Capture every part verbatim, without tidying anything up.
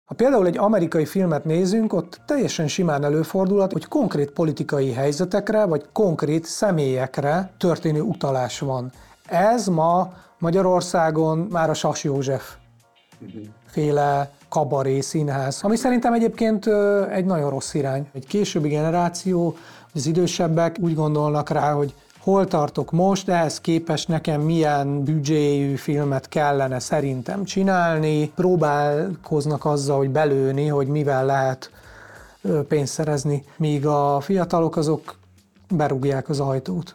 Ha például egy amerikai filmet nézünk, ott teljesen simán előfordulhat, hogy konkrét politikai helyzetekre, vagy konkrét személyekre történő utalás van. Ez ma Magyarországon már a Sas József féle kabaré színház, ami szerintem egyébként egy nagyon rossz irány. Egy későbbi generáció, az idősebbek úgy gondolnak rá, hogy hol tartok most, ehhez képest nekem milyen büdzséjű filmet kellene szerintem csinálni, próbálkoznak azzal, hogy belőni, hogy mivel lehet pénzt szerezni, míg a fiatalok azok berúgják az ajtót.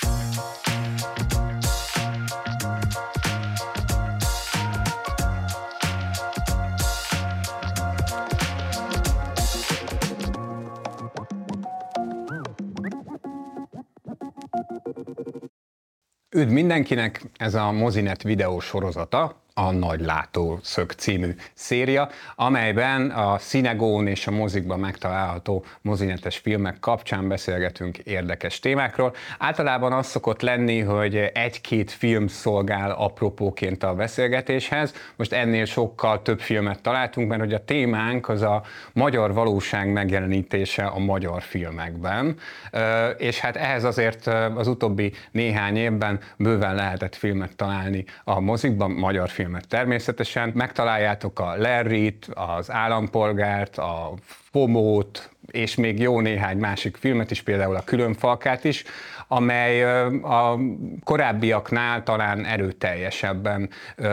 Üdv mindenkinek! Ez a Mozinet videó sorozata, a Nagy Látószög című széria, amelyben a Cinegón és a mozikban megtalálható mozinetes filmek kapcsán beszélgetünk érdekes témákról. Általában az szokott lenni, hogy egy-két film szolgál apropóként a beszélgetéshez. Most ennél sokkal több filmet találtunk, mert hogy a témánk az a magyar valóság megjelenítése a magyar filmekben. És hát ehhez azért az utóbbi néhány évben bőven lehetett filmet találni a mozikban, magyar film természetesen. Megtaláljátok a Larryt, az Állampolgárt, a Fomót, és még jó néhány másik filmet is, például a Különfalkát is, amely a korábbiaknál talán erőteljesebben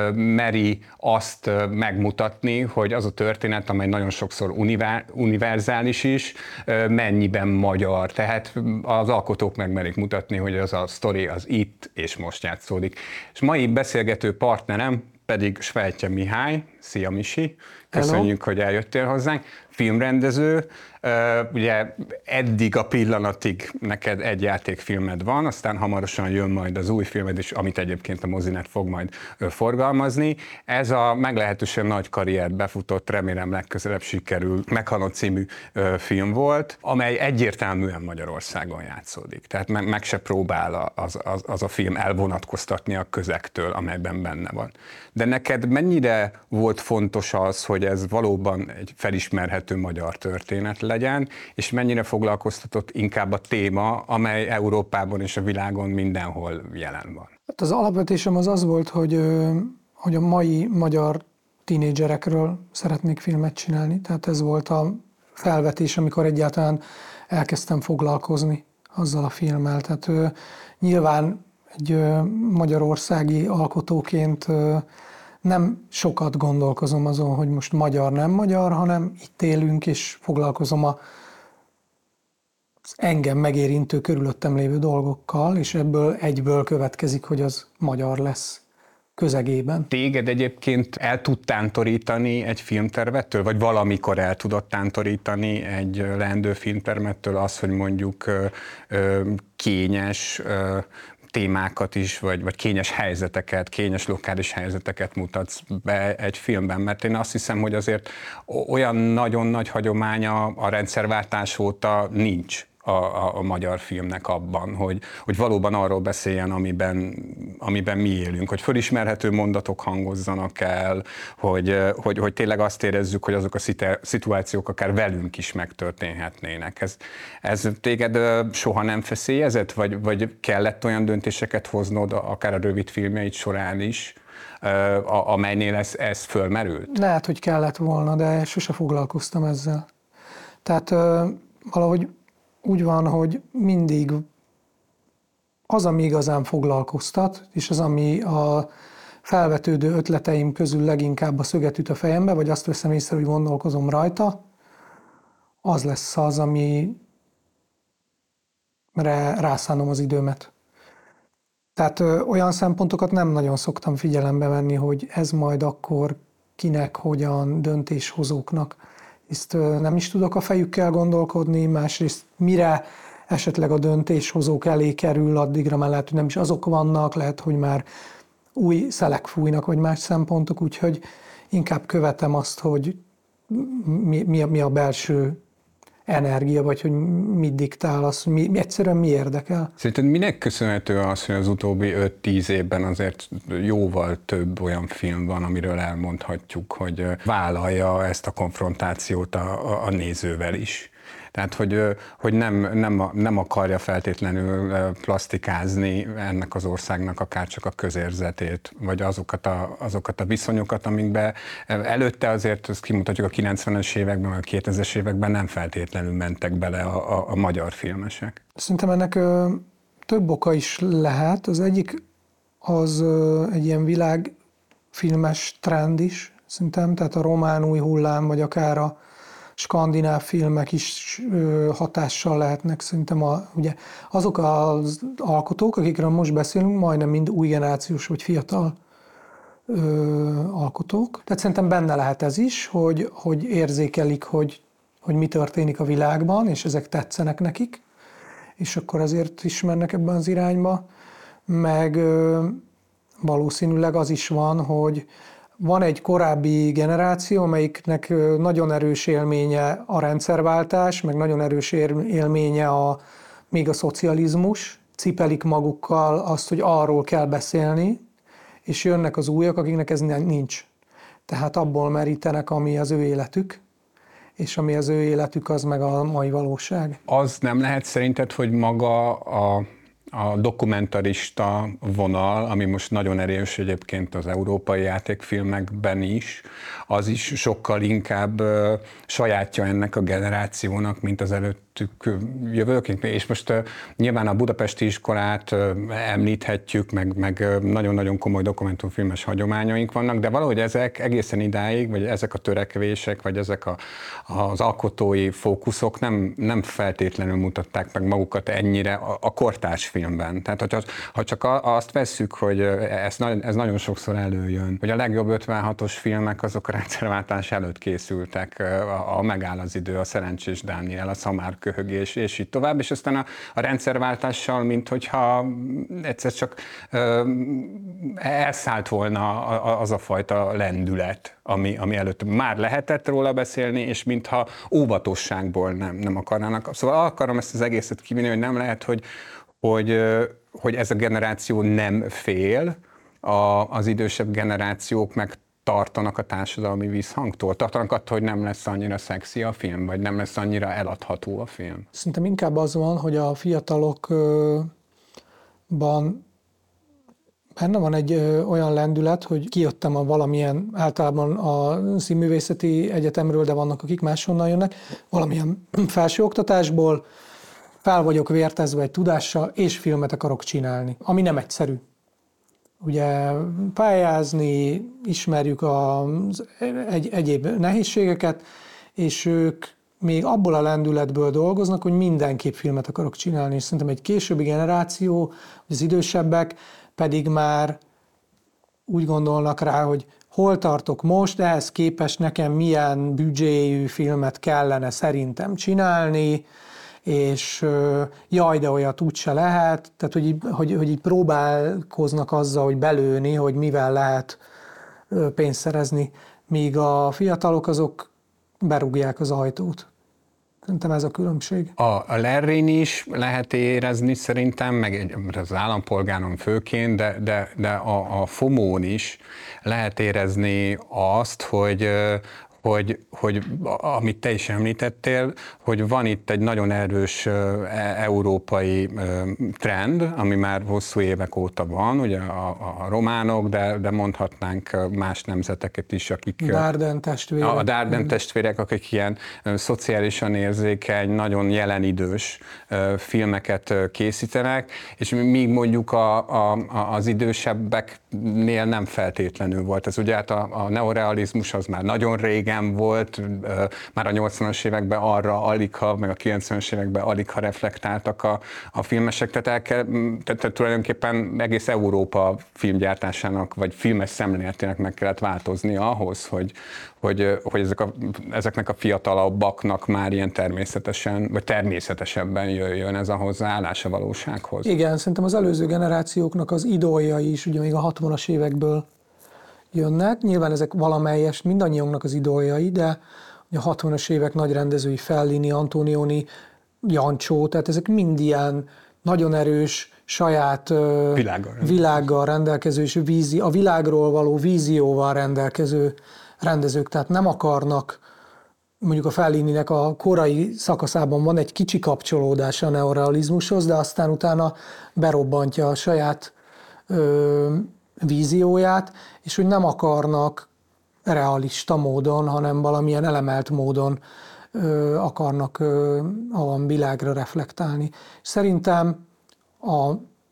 meri azt megmutatni, hogy az a történet, amely nagyon sokszor univerzális is, mennyiben magyar. Tehát az alkotók megmerik mutatni, hogy az a sztori az itt és most játszódik. És mai beszélgető partnerem pedig Svejtje Mihály. Szia Misi! Köszönjük, Hello. Hogy eljöttél hozzánk. Filmrendező, ugye eddig a pillanatig neked egy játékfilmed van, aztán hamarosan jön majd az új filmed is, amit egyébként a Mozinet fog majd forgalmazni. Ez a meglehetősen nagy karriert befutott, remélem legközelebb sikerül, Meghalott című film volt, amely egyértelműen Magyarországon játszódik. Tehát meg, meg se próbál az, az, az a film elvonatkoztatni a közegtől, amelyben benne van. De neked mennyire volt fontos az, hogy ez valóban egy felismerhető magyar történet legyen, és mennyire foglalkoztatott inkább a téma, amely Európában és a világon mindenhol jelen van? Hát az alapvetésem az az volt, hogy, hogy a mai magyar tínédzserekről szeretnék filmet csinálni. Tehát ez volt a felvetés, amikor egyáltalán elkezdtem foglalkozni azzal a filmmel. Tehát nyilván egy magyarországi alkotóként nem sokat gondolkozom azon, hogy most magyar, nem magyar, hanem itt élünk, és foglalkozom a, az engem megérintő, körülöttem lévő dolgokkal, és ebből egyből következik, hogy az magyar lesz közegében. Téged egyébként el tud tántorítani egy filmtervettől, vagy valamikor el tudott tántorítani egy leendő filmtervettől az, hogy mondjuk ö, ö, kényes ö, témákat is, vagy, vagy kényes helyzeteket, kényes lokális helyzeteket mutatsz be egy filmben, mert én azt hiszem, hogy azért olyan nagyon nagy hagyománya a rendszerváltás óta nincs a, a, a magyar filmnek abban, hogy, hogy valóban arról beszéljen, amiben, amiben mi élünk, hogy fölismerhető mondatok hangozzanak el, hogy, hogy, hogy tényleg azt érezzük, hogy azok a szituációk akár velünk is megtörténhetnének. Ez, ez téged soha nem feszélyezett, vagy, vagy kellett olyan döntéseket hoznod, akár a rövid filmjeid során is, amelynél ez, ez fölmerült? Lehet, hogy kellett volna, de sose foglalkoztam ezzel. Tehát valahogy úgy van, hogy mindig az, ami igazán foglalkoztat, és az, ami a felvetődő ötleteim közül leginkább a szöget üt a fejembe, vagy azt veszem észre, hogy gondolkozom rajta, az lesz az, amire rászánom az időmet. Tehát ö, olyan szempontokat nem nagyon szoktam figyelembe venni, hogy ez majd akkor kinek, hogyan, döntéshozóknak. Ezt ö, nem is tudok a fejükkel gondolkodni, másrészt mire esetleg a döntéshozók elé kerül, addigra már lehet, hogy nem is azok vannak, lehet, hogy már új szelek fújnak, vagy más szempontok, úgyhogy inkább követem azt, hogy mi, mi, a, mi a belső energia, vagy hogy mit diktál az, mi, egyszerűen mi érdekel. Szerinted minek köszönhető az, hogy az utóbbi öt-tíz évben azért jóval több olyan film van, amiről elmondhatjuk, hogy vállalja ezt a konfrontációt a, a nézővel is? Tehát, hogy, hogy nem, nem, nem akarja feltétlenül plastikázni ennek az országnak akár csak a közérzetét, vagy azokat a, azokat a viszonyokat, amikben előtte azért, ezt kimutatjuk, a kilencvenes években, vagy a kétezres években nem feltétlenül mentek bele a, a, a magyar filmesek. Szerintem ennek ö, több oka is lehet. Az egyik az ö, egy ilyen világfilmes trend is, szerintem, tehát a román új hullám, vagy akár a skandináv filmek is ö, hatással lehetnek, szerintem a, ugye azok az alkotók, akikről most beszélünk, majdnem mind új generációs vagy fiatal ö, alkotók. Tehát szerintem benne lehet ez is, hogy, hogy érzékelik, hogy, hogy mi történik a világban, és ezek tetszenek nekik, és akkor azért is mennek ebben az irányba. Meg ö, valószínűleg az is van, hogy van egy korábbi generáció, amelyiknek nagyon erős élménye a rendszerváltás, meg nagyon erős élménye a, még a szocializmus, cipelik magukkal azt, hogy arról kell beszélni, és jönnek az újak, akiknek ez nincs. Tehát abból merítenek, ami az ő életük, és ami az ő életük, az meg a mai valóság. Az nem lehet szerinted, hogy maga a a dokumentarista vonal, ami most nagyon erős egyébként az európai játékfilmekben is, az is sokkal inkább uh, sajátja ennek a generációnak, mint az előttük jövők. És most uh, nyilván a budapesti iskolát uh, említhetjük, meg, meg uh, nagyon-nagyon komoly dokumentumfilmes hagyományaink vannak, de valahogy ezek egészen idáig, vagy ezek a törekvések, vagy ezek a, az alkotói fókuszok nem, nem feltétlenül mutatták meg magukat ennyire a, a kortárs filmben. Tehát, hogyha, ha csak azt vesszük, hogy ez, ez nagyon sokszor előjön, hogy a legjobb ötvenhatos filmek azok a rendszerváltás előtt készültek, a, a Megáll az idő, a Szerencsés Dániel, a Szamárköhögés, és így tovább, és aztán a, a rendszerváltással, mint hogyha egyszer csak ö, elszállt volna az a fajta lendület, ami, ami előtt már lehetett róla beszélni, és mintha óvatosságból nem, nem akarnának. Szóval akarom ezt az egészet kivinni, hogy nem lehet, hogy Hogy, hogy ez a generáció nem fél, a, az idősebb generációk meg tartanak a társadalmi visszhangtól? Tartanak attól, hogy nem lesz annyira szexi a film, vagy nem lesz annyira eladható a film? Szerintem inkább az van, hogy a fiatalokban benne van egy olyan lendület, hogy kijöttem a valamilyen, általában a Színművészeti Egyetemről, de vannak, akik máshonnan jönnek, valamilyen felsőoktatásból, fel vagyok vértezve egy tudással, és filmet akarok csinálni, ami nem egyszerű. Ugye pályázni, ismerjük az egy, egyéb nehézségeket, és ők még abból a lendületből dolgoznak, hogy mindenképp filmet akarok csinálni, és szerintem egy későbbi generáció, az idősebbek pedig már úgy gondolnak rá, hogy hol tartok most, ehhez képest nekem milyen büdzséjű filmet kellene szerintem csinálni, és jaj, de olyat úgyse lehet, tehát hogy így, hogy, hogy így próbálkoznak azzal, hogy belőni, hogy mivel lehet pénzt szerezni, míg a fiatalok azok berúgják az ajtót. Szerintem ez a különbség. A, a Lerrén is lehet érezni szerintem, meg az állampolgáron főként, de, de, de a, a FOMO-n is lehet érezni azt, hogy Hogy, hogy amit te is említettél, hogy van itt egy nagyon erős európai trend, ami már hosszú évek óta van, ugye a, a románok, de, de mondhatnánk más nemzeteket is, akik... Darden testvérek. A Darden testvérek, akik ilyen szociálisan érzékeny, nagyon jelen idős filmeket készítenek, és míg mondjuk a, a, az idősebbeknél nem feltétlenül volt. Ez ugye hát a, a neorealizmus az már nagyon régen volt, már a nyolcvanas években arra aligha, meg a kilencvenes években aligha reflektáltak a, a filmesek, tehát, el kell, tehát tulajdonképpen egész Európa filmgyártásának, vagy filmes szemléletének meg kellett változnia ahhoz, hogy, hogy, hogy ezek a, ezeknek a fiatalabbaknak már ilyen természetesen, vagy természetesebben jöjjön ez a hozzáállás a valósághoz. Igen, szerintem az előző generációknak az idoljai is, ugye még a hatvanas évekből jönnek. Nyilván ezek valamelyes mindannyiunknak az idoljai, de a hatvanas évek nagy rendezői, Fellini, Antonioni, Jancsó, tehát ezek mind ilyen nagyon erős, saját világgal, világgal rendelkező, és vízi, a világról való vízióval rendelkező rendezők, tehát nem akarnak, mondjuk a Fellininek a korai szakaszában van egy kicsi kapcsolódása a neorealizmushoz, de aztán utána berobbantja a saját ö, vízióját, és hogy nem akarnak realista módon, hanem valamilyen elemelt módon ö, akarnak ö, a világra reflektálni. Szerintem a,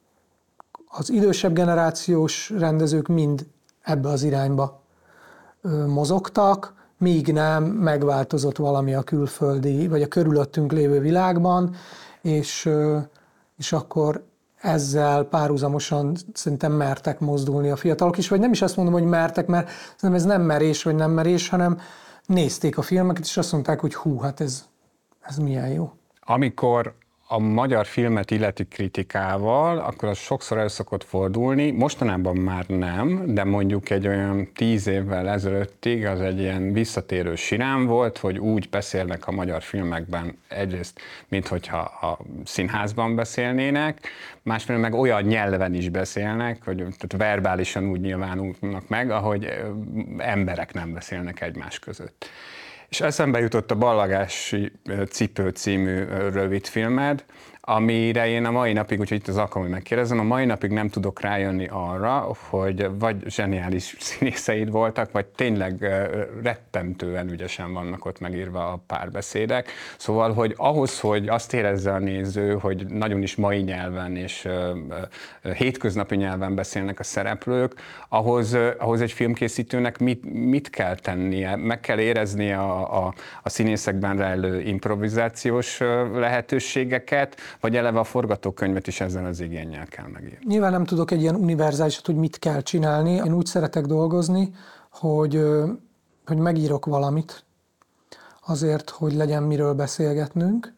az idősebb generációs rendezők mind ebbe az irányba ö, mozogtak, míg nem megváltozott valami a külföldi, vagy a körülöttünk lévő világban, és, ö, és akkor ezzel párhuzamosan szerintem mertek mozdulni a fiatalok is, vagy nem is azt mondom, hogy mertek, mert szerintem ez nem merés, vagy nem merés, hanem nézték a filmeket, és azt mondták, hogy hú, hát ez, ez milyen jó. Amikor a magyar filmet illeti kritikával, akkor az sokszor el szokott fordulni, mostanában már nem, de mondjuk egy olyan tíz évvel ezelőttig az egy ilyen visszatérő sirán volt, hogy úgy beszélnek a magyar filmekben egyrészt, mint hogyha a színházban beszélnének, másrészt meg olyan nyelven is beszélnek, hogy tehát verbálisan úgy nyilvánulnak meg, ahogy emberek nem beszélnek egymás között. És eszembe jutott a Ballagási cipő című rövidfilmed, amire én a mai napig, úgyhogy itt az alkalom, hogy megkérdezem, a mai napig nem tudok rájönni arra, hogy vagy zseniális színészeid voltak, vagy tényleg rettentően ügyesen vannak ott megírva a párbeszédek. Szóval, hogy ahhoz, hogy azt érezze a néző, hogy nagyon is mai nyelven és hétköznapi nyelven beszélnek a szereplők, ahhoz, ahhoz egy filmkészítőnek mit, mit kell tennie? Meg kell éreznie a, a, a színészekben rejlő improvizációs lehetőségeket, vagy eleve a forgatókönyvet is ezzel az igénnyel kell megírni? Nyilván nem tudok egy ilyen univerzálisat, hogy mit kell csinálni. Én úgy szeretek dolgozni, hogy, hogy megírok valamit azért, hogy legyen miről beszélgetnünk,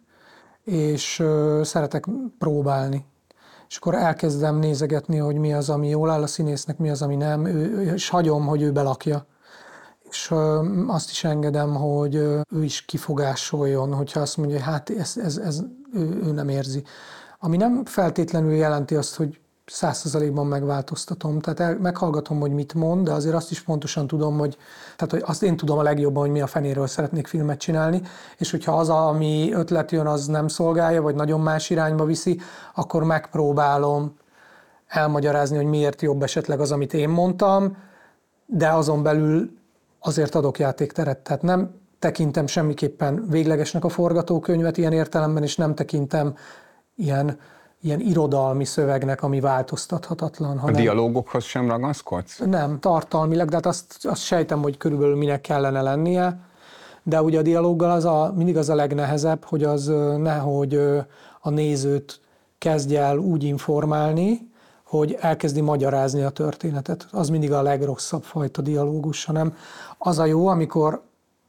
és szeretek próbálni. És akkor elkezdem nézegetni, hogy mi az, ami jól áll a színésznek, mi az, ami nem, és hagyom, hogy ő belakja. És azt is engedem, hogy ő is kifogásoljon, hogyha azt mondja, hogy hát ez, ez, ez ő, ő nem érzi. Ami nem feltétlenül jelenti azt, hogy száz százalékban megváltoztatom. Tehát el, meghallgatom, hogy mit mond, de azért azt is pontosan tudom, hogy, tehát, hogy azt én tudom a legjobban, hogy mi a fenéről szeretnék filmet csinálni, és hogyha az, ami ötlet jön, az nem szolgálja, vagy nagyon más irányba viszi, akkor megpróbálom elmagyarázni, hogy miért jobb esetleg az, amit én mondtam, de azon belül azért adok játékteret. Tehát nem tekintem semmiképpen véglegesnek a forgatókönyvet ilyen értelemben, és nem tekintem ilyen, ilyen irodalmi szövegnek, ami változtathatatlan. A dialógokhoz sem ragaszkodsz? Nem, tartalmilag, de hát azt, azt sejtem, hogy körülbelül minek kellene lennie, de ugye a dialóggal az a, mindig az a legnehezebb, hogy az nehogy a nézőt kezdje el úgy informálni, hogy elkezdi magyarázni a történetet. Az mindig a legrosszabb fajta dialógus, hanem az a jó, amikor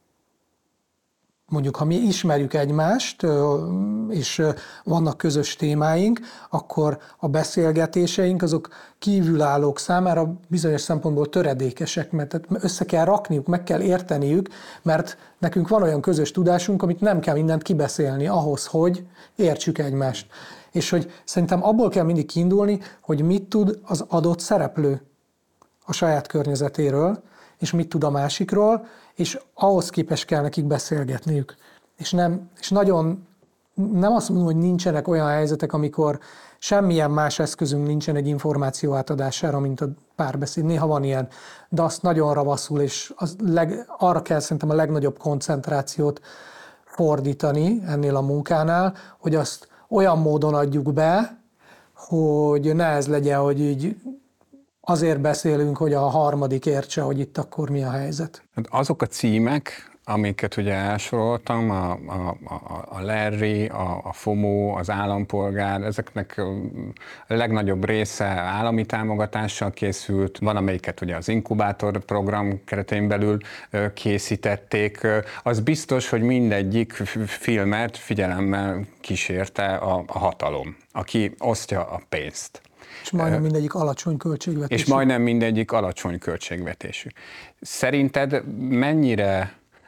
mondjuk, ha mi ismerjük egymást, és vannak közös témáink, akkor a beszélgetéseink azok kívülállók számára bizonyos szempontból töredékesek, mert össze kell rakniuk, meg kell érteniük, mert nekünk van olyan közös tudásunk, amit nem kell mindent kibeszélni ahhoz, hogy értsük egymást. És hogy szerintem abból kell mindig kiindulni, hogy mit tud az adott szereplő a saját környezetéről, és mit tud a másikról, és ahhoz képes kell nekik beszélgetniük. És, nem, és nagyon nem azt mondom, hogy nincsenek olyan helyzetek, amikor semmilyen más eszközünk nincsen egy információ átadására, mint a párbeszéd. Néha van ilyen, de azt nagyon ravaszul, és az leg, arra kell szerintem a legnagyobb koncentrációt fordítani ennél a munkánál, hogy azt olyan módon adjuk be, hogy ne ez legyen, hogy így azért beszélünk, hogy a harmadik értse, hogy itt akkor mi a helyzet. Azok a címek, amiket ugye elsoroltam, a, a, a, a Larry, a, a FOMO, az Állampolgár, ezeknek a legnagyobb része állami támogatással készült, van amelyiket ugye az inkubátor program keretein belül készítették. Az biztos, hogy mindegyik filmet figyelemmel kísérte a, a hatalom, aki osztja a pénzt. És majdnem mindegyik alacsony költségvetésű. És majdnem mindegyik alacsony költségvetésű. Szerinted mennyire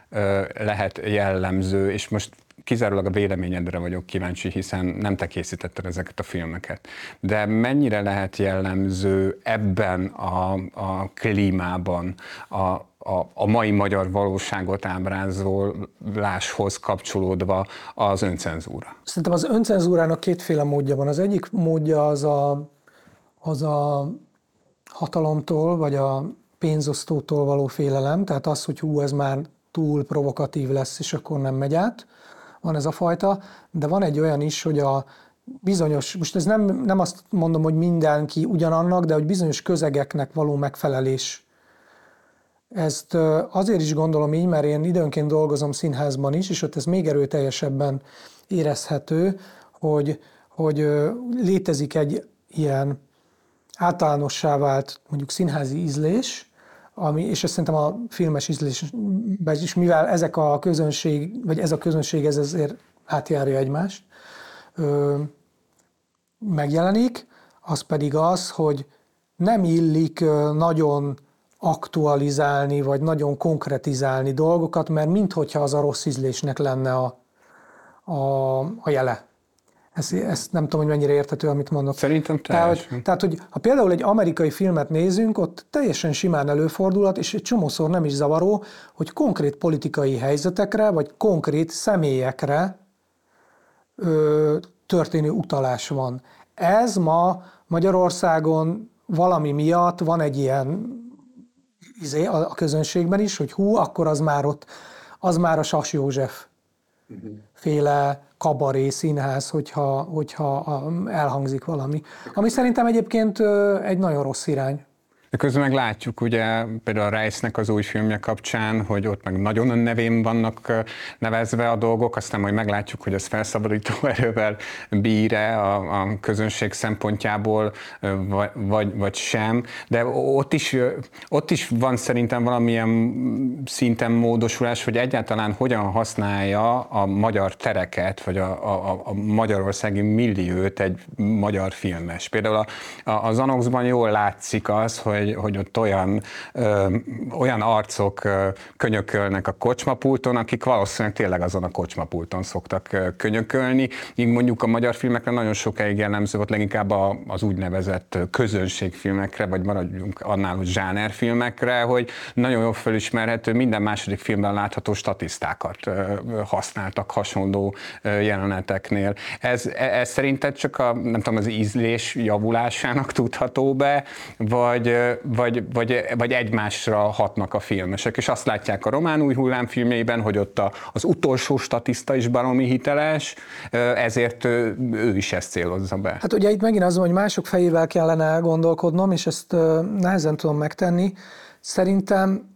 lehet jellemző, és most kizárólag a véleményedre vagyok kíváncsi, hiszen nem te készítetted ezeket a filmeket. De mennyire lehet jellemző ebben a, a klímában a, a, a mai magyar valóságot ábrázoláshoz kapcsolódva az öncenzúra? Szerintem az öncenzúrának kétféle módja van. Az egyik módja az a, az a hatalomtól, vagy a pénzosztótól való félelem, tehát az, hogy hú, ez már túl provokatív lesz, és akkor nem megy át. Van ez a fajta, de van egy olyan is, hogy a bizonyos, most ez nem, nem azt mondom, hogy mindenki ugyanannak, de hogy bizonyos közegeknek való megfelelés. Ezt azért is gondolom így, mert én időnként dolgozom színházban is, és ott ez még erőteljesebben érezhető, hogy, hogy létezik egy ilyen általánossá vált mondjuk színházi ízlés, ami, és ezt szerintem a filmes ízlésben is, mivel ezek a közönség, vagy ez a közönség ez azért átjárja egymást, ö, megjelenik, az pedig az, hogy nem illik nagyon aktualizálni, vagy nagyon konkretizálni dolgokat, mert minthogyha az a rossz ízlésnek lenne a, a, a jele. Ezt, ezt nem tudom, hogy mennyire érthető, amit mondok. Szerintem teljesen. Tehát, tehát, hogy ha például egy amerikai filmet nézünk, ott teljesen simán előfordulhat, és egy csomószor nem is zavaró, hogy konkrét politikai helyzetekre, vagy konkrét személyekre ö, történő utalás van. Ez ma Magyarországon valami miatt van egy ilyen izé, a, a közönségben is, hogy hú, akkor az már ott, az már a Sas József féle kabaré színház, hogyha, hogyha elhangzik valami. Ami szerintem egyébként egy nagyon rossz irány. De közben meg látjuk ugye például a Rice-nek az új filmje kapcsán, hogy ott meg nagyon nevén vannak nevezve a dolgok, aztán majd meglátjuk, hogy ez felszabadító erővel bír-e a, a közönség szempontjából, vagy, vagy sem. De ott is, ott is van szerintem valamilyen szinten módosulás, hogy egyáltalán hogyan használja a magyar tereket, vagy a, a, a magyarországi milliót egy magyar filmes. Például a, a, az Anoxban jól látszik az, hogy Hogy, hogy ott olyan, ö, olyan arcok ö, könyökölnek a kocsmapulton, akik valószínűleg tényleg azon a kocsmapulton szoktak ö, könyökölni, míg mondjuk a magyar filmekre nagyon sokáig jellemző volt, leginkább a, az úgynevezett közönségfilmekre, vagy maradjunk annál, hogy zsánerfilmekre, hogy nagyon jól felismerhető, minden második filmben látható statisztákat ö, használtak hasonló ö, jeleneteknél. Ez, ez szerinted csak a, nem tudom, az ízlés javulásának tudható be, vagy Vagy, vagy, vagy egymásra hatnak a filmesek, és azt látják a Román új hullám filmjében, hogy ott a, az utolsó statiszta is baromi hiteles, ezért ő is ezt célozza be. Hát ugye itt megint az van, hogy mások fejével kellene gondolkodnom, és ezt nehezen tudom megtenni. Szerintem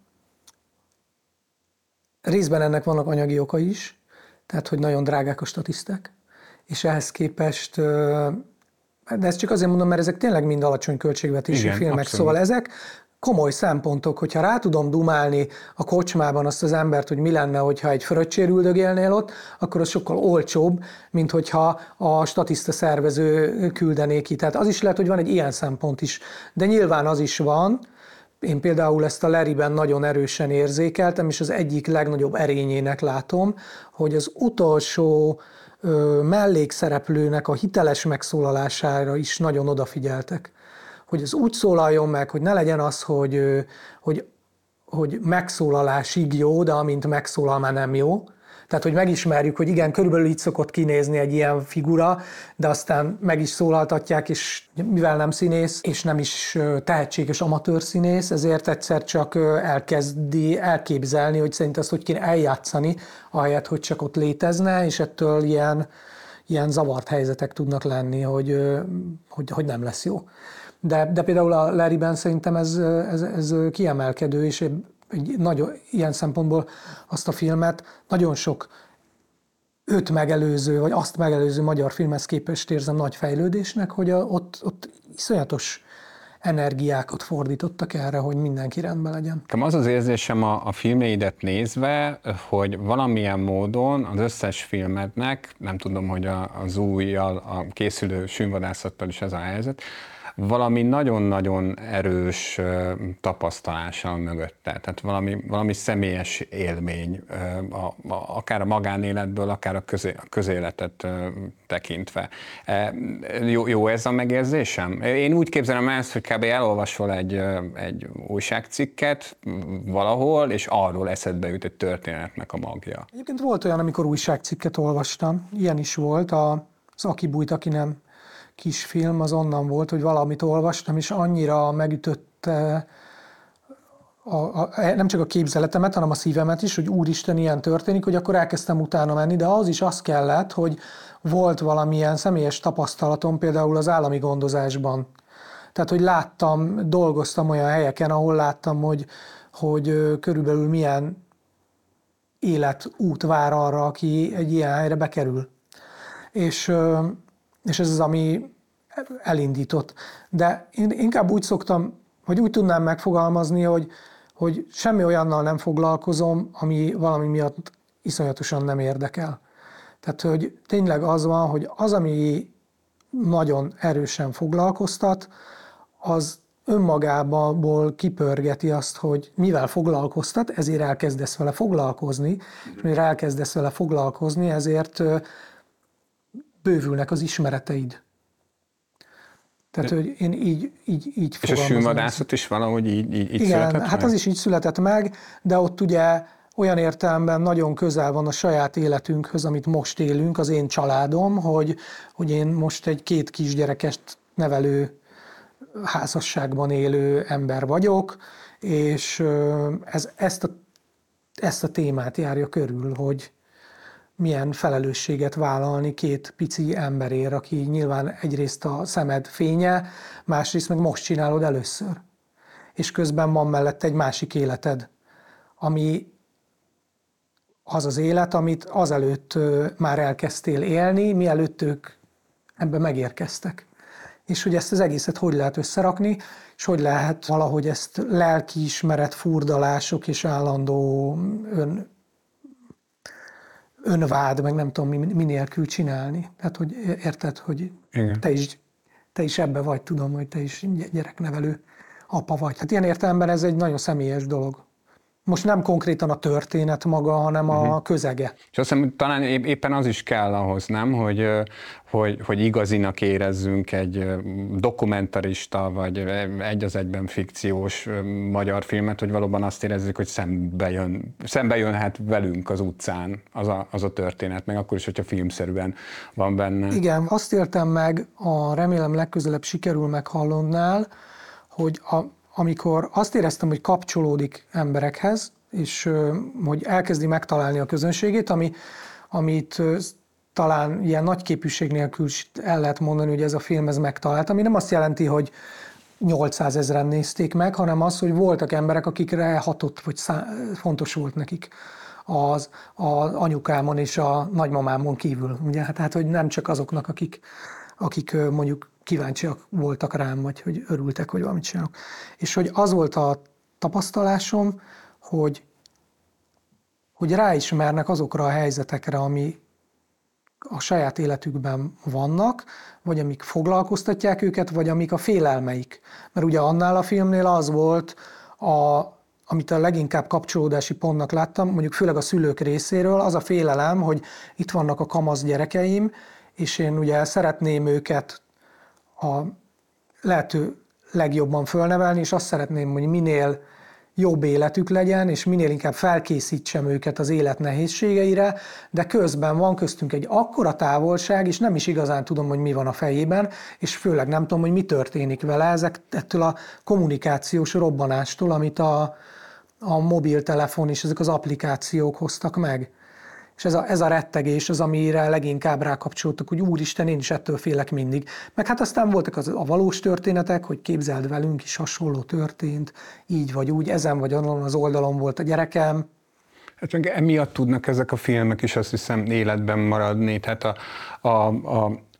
részben ennek vannak anyagi oka is, tehát hogy nagyon drágák a statiszták, és ehhez képest de ezt csak azért mondom, mert ezek tényleg mind alacsony költségvetésű Igen, filmek, abszolút. Szóval ezek komoly szempontok, hogyha rá tudom dumálni a kocsmában azt az embert, hogy mi lenne, hogyha egy fröccsér üldögélnél ott, akkor az sokkal olcsóbb, mint hogyha a statiszta szervező küldené ki. Tehát az is lehet, hogy van egy ilyen szempont is. De nyilván az is van, én például ezt a Larryben nagyon erősen érzékeltem, és az egyik legnagyobb erényének látom, hogy az utolsó mellékszereplőnek a hiteles megszólalására is nagyon odafigyeltek. Hogy ez úgy szólaljon meg, hogy ne legyen az, hogy, hogy, hogy megszólalásig jó, de amint megszólal, már nem jó. Tehát, hogy megismerjük, hogy igen, körülbelül így szokott kinézni egy ilyen figura, de aztán meg is szólaltatják, és mivel nem színész, és nem is tehetséges amatőr színész, ezért egyszer csak elkezdi elképzelni, hogy szerint azt hogy kéne eljátszani, ahelyett, hogy csak ott létezne, és ettől ilyen, ilyen zavart helyzetek tudnak lenni, hogy, hogy, hogy nem lesz jó. De, de például a Larryben szerintem ez, ez, ez kiemelkedő, és egy nagyon, ilyen szempontból azt a filmet nagyon sok őt megelőző, vagy azt megelőző magyar filmhez képest érzem nagy fejlődésnek, hogy a, ott, ott iszonyatos energiákat fordítottak erre, hogy mindenki rendben legyen. Az az érzésem a, a filmjeidet nézve, hogy valamilyen módon az összes filmednek, nem tudom, hogy a, az újjal, a készülő Sűnvadászattal is ez a helyzet, valami nagyon-nagyon erős tapasztalással mögötte, tehát valami, valami személyes élmény, a, a, akár a magánéletből, akár a, közé, a közéletet tekintve. Jó, jó ez a megérzésem? Én úgy képzelem ezt, hogy kb. Elolvasol egy, egy újságcikket valahol, és arról eszedbe jut egy történetnek a magja. Egyébként volt olyan, amikor újságcikket olvastam, ilyen is volt, az Aki bújt, aki nem kisfilm, az onnan volt, hogy valamit olvastam, és annyira megütötte a, a, nem csak a képzeletemet, hanem a szívemet is, hogy úristen, ilyen történik, hogy akkor elkezdtem utána menni, de az is az kellett, hogy volt valamilyen személyes tapasztalatom, például az állami gondozásban. Tehát, hogy láttam, dolgoztam olyan helyeken, ahol láttam, hogy, hogy körülbelül milyen életút vár arra, aki egy ilyen helyre bekerül. És, és ez az, ami elindított. De én inkább úgy szoktam, vagy úgy tudnám megfogalmazni, hogy, hogy semmi olyannal nem foglalkozom, ami valami miatt iszonyatosan nem érdekel. Tehát, hogy tényleg az van, hogy az, ami nagyon erősen foglalkoztat, az önmagából kipörgeti azt, hogy mivel foglalkoztat, ezért elkezdesz vele foglalkozni, és mire elkezdesz vele foglalkozni, ezért bővülnek az ismereteid. Tehát, De... hogy én így, így, így És a sűnvadászat is valahogy így, így, így Igen, született hát meg? Az is így született meg, de ott ugye olyan értelemben nagyon közel van a saját életünkhöz, amit most élünk, az én családom, hogy, hogy én most egy két kisgyerekest nevelő házasságban élő ember vagyok, és ez, ezt, a, ezt a témát járja körül, hogy milyen felelősséget vállalni két pici emberért, aki nyilván egyrészt a szemed fénye, másrészt meg most csinálod először. És közben van mellett egy másik életed, ami az az élet, amit azelőtt már elkezdtél élni, mielőtt ők ebbe megérkeztek. És hogy ezt az egészet hogy lehet összerakni, és hogy lehet valahogy ezt lelkiismeret, furdalások és állandó ön, önvád, meg nem tudom mi nélkül csinálni. Tehát, hogy érted, hogy te is, te is ebbe vagy, tudom, hogy te is gyereknevelő apa vagy. Hát ilyen értelemben ez egy nagyon személyes dolog. Most nem konkrétan a történet maga, hanem a uh-huh. közege. És azt hiszem, talán éppen az is kell ahhoz, nem, hogy, hogy, hogy igazinak érezzünk egy dokumentarista, vagy egy az egyben fikciós magyar filmet, hogy valóban azt érezzük, hogy szembe, jön, szembe jönhet velünk az utcán az a, az a történet, meg akkor is, hogyha filmszerűen van benne. Igen, azt éltem meg, a remélem legközelebb sikerül meghallonnál, hogy a amikor azt éreztem, hogy kapcsolódik emberekhez, és hogy elkezdi megtalálni a közönségét, ami, amit talán ilyen nagy képűség nélkül el lehet mondani, hogy ez a film ez megtalált, ami nem azt jelenti, hogy nyolcszázezren nézték meg, hanem az, hogy voltak emberek, akikre hatott, vagy szá- fontos volt nekik az, az anyukámon és a nagymamámon kívül. Ugye? Tehát, hogy nem csak azoknak, akik, akik mondjuk kíváncsiak voltak rám, vagy hogy örültek, hogy valamit csinálok. És hogy az volt a tapasztalásom, hogy, hogy ráismernek azokra a helyzetekre, ami a saját életükben vannak, vagy amik foglalkoztatják őket, vagy amik a félelmeik. Mert ugye annál a filmnél az volt, a, amit a leginkább kapcsolódási pontnak láttam, mondjuk főleg a szülők részéről, az a félelem, hogy itt vannak a kamasz gyerekeim, és én ugye szeretném őket a lehető legjobban fölnevelni, és azt szeretném, hogy minél jobb életük legyen, és minél inkább felkészítsem őket az élet nehézségeire, de közben van köztünk egy akkora távolság, és nem is igazán tudom, hogy mi van a fejében, és főleg nem tudom, hogy mi történik vele ezek, ettől a kommunikációs robbanástól, amit a, a mobiltelefon és ezek az applikációk hoztak meg. És ez a, ez a rettegés az, amire leginkább rákapcsoltak, hogy úristen, én is ettől félek mindig. Meg hát aztán voltak az, a valós történetek, hogy képzeld, velünk is hasonló történt, így vagy úgy, ezen vagy azon az oldalon volt a gyerekem. Hát meg emiatt tudnak ezek a filmek is azt hiszem életben maradni. Tehát a, a, a, a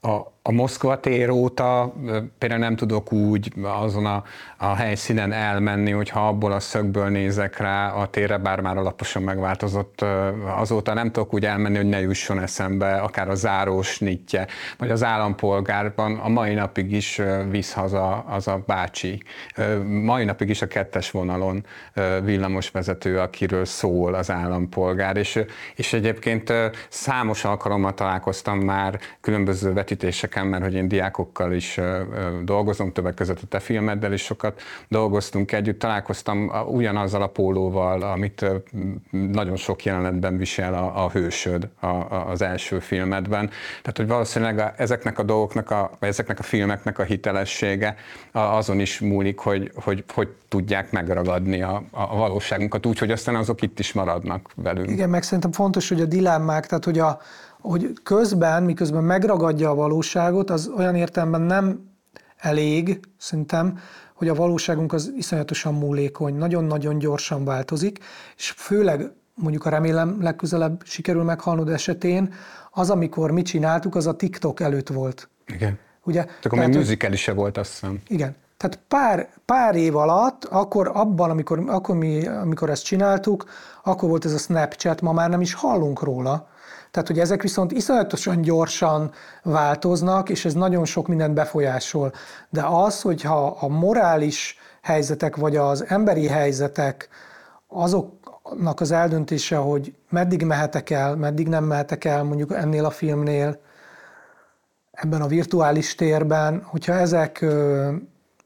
A Moszkva tér óta például nem tudok úgy azon a, a helyszínen elmenni, hogyha abból a szögből nézek rá a térre, bár már alaposan megváltozott azóta, nem tudok úgy elmenni, hogy ne jusson eszembe akár a Zárós Nittye, vagy az Állampolgárban a mai napig is visz haza az a bácsi. Mai napig is a kettes vonalon villamosvezető, akiről szól az Állampolgár, és, és egyébként számos alkalommal találkoztam már különböző vetítések, mert hogy én diákokkal is dolgozom, többek között a te filmeddel is sokat dolgoztunk együtt, találkoztam ugyanazzal a pólóval, amit nagyon sok jelenetben visel a, a hősöd a, a, az első filmedben. Tehát, hogy valószínűleg a, ezeknek a dolgoknak, a, vagy ezeknek a filmeknek a hitelessége azon is múlik, hogy hogy, hogy tudják megragadni a, a valóságunkat úgy, hogy aztán azok itt is maradnak velünk. Igen, meg szerintem fontos, hogy a dilemmák, tehát hogy a hogy közben, miközben megragadja a valóságot, az olyan értelemben nem elég, szerintem, hogy a valóságunk az iszonyatosan múlékony, nagyon-nagyon gyorsan változik, és főleg mondjuk a remélem legközelebb sikerül meghalnod esetén, az, amikor mi csináltuk, az a TikTok előtt volt. Igen. Ugye? Akkor még musical is volt, azt hiszem. Igen. Tehát pár, pár év alatt, akkor abban, amikor, akkor mi, amikor ezt csináltuk, akkor volt ez a Snapchat, ma már nem is hallunk róla. Tehát, hogy ezek viszont iszonyatosan gyorsan változnak, és ez nagyon sok mindent befolyásol. De az, hogyha a morális helyzetek, vagy az emberi helyzetek, azoknak az eldöntése, hogy meddig mehetek el, meddig nem mehetek el, mondjuk ennél a filmnél, ebben a virtuális térben, hogyha ezeket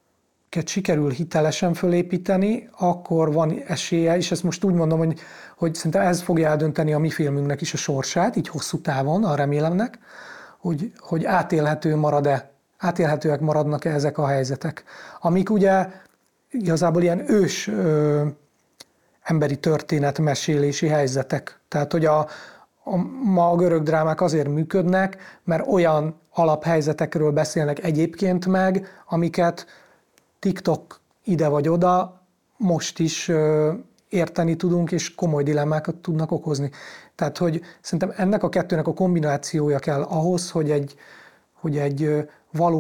sikerül hitelesen fölépíteni, akkor van esélye, és ezt most úgy mondom, hogy, hogy szerintem ez fogja eldönteni a mi filmünknek is a sorsát, így hosszú távon, a remélemnek, hogy, hogy átélhető marad-e, átélhetőek maradnak-e ezek a helyzetek, amik ugye igazából ilyen ős ö, emberi történetmesélési helyzetek. Tehát, hogy a, a, ma a görög drámák azért működnek, mert olyan alaphelyzetekről beszélnek egyébként meg, amiket TikTok ide vagy oda most is ö, érteni tudunk, és komoly dilemmákat tudnak okozni. Tehát, hogy szerintem ennek a kettőnek a kombinációja kell ahhoz, hogy egy, hogy egy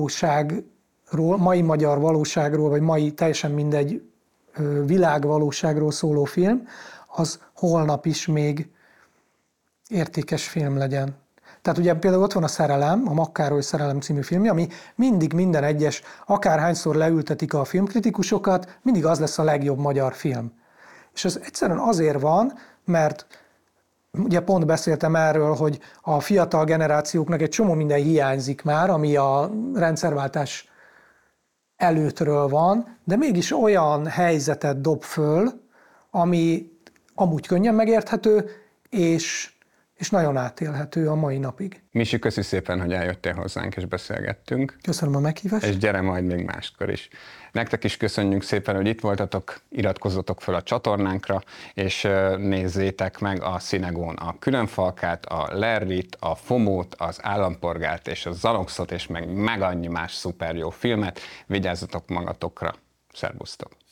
valóságról, mai magyar valóságról, vagy mai teljesen mindegy világvalóságról szóló film, az holnap is még értékes film legyen. Tehát ugye például ott van a Szerelem, a Makkároly Szerelem című filmje, ami mindig minden egyes, akárhányszor leültetik a filmkritikusokat, mindig az lesz a legjobb magyar film. És ez egyszerűen azért van, mert ugye pont beszéltem erről, hogy a fiatal generációknak egy csomó minden hiányzik már, ami a rendszerváltás előttről van, de mégis olyan helyzetet dob föl, ami amúgy könnyen megérthető, és és nagyon átélhető a mai napig. Misi, köszi szépen, hogy eljöttél hozzánk és beszélgettünk. Köszönöm a meghívást. És gyere majd még máskor is. Nektek is köszönjük szépen, hogy itt voltatok, iratkozzatok fel a csatornánkra, és nézzétek meg a Cinegón a Különfalkát, a Larryt, a Fomót, az Állampolgárt és a Zanoxot, és meg meg annyi más szuper jó filmet. Vigyázzatok magatokra. Szervusztok!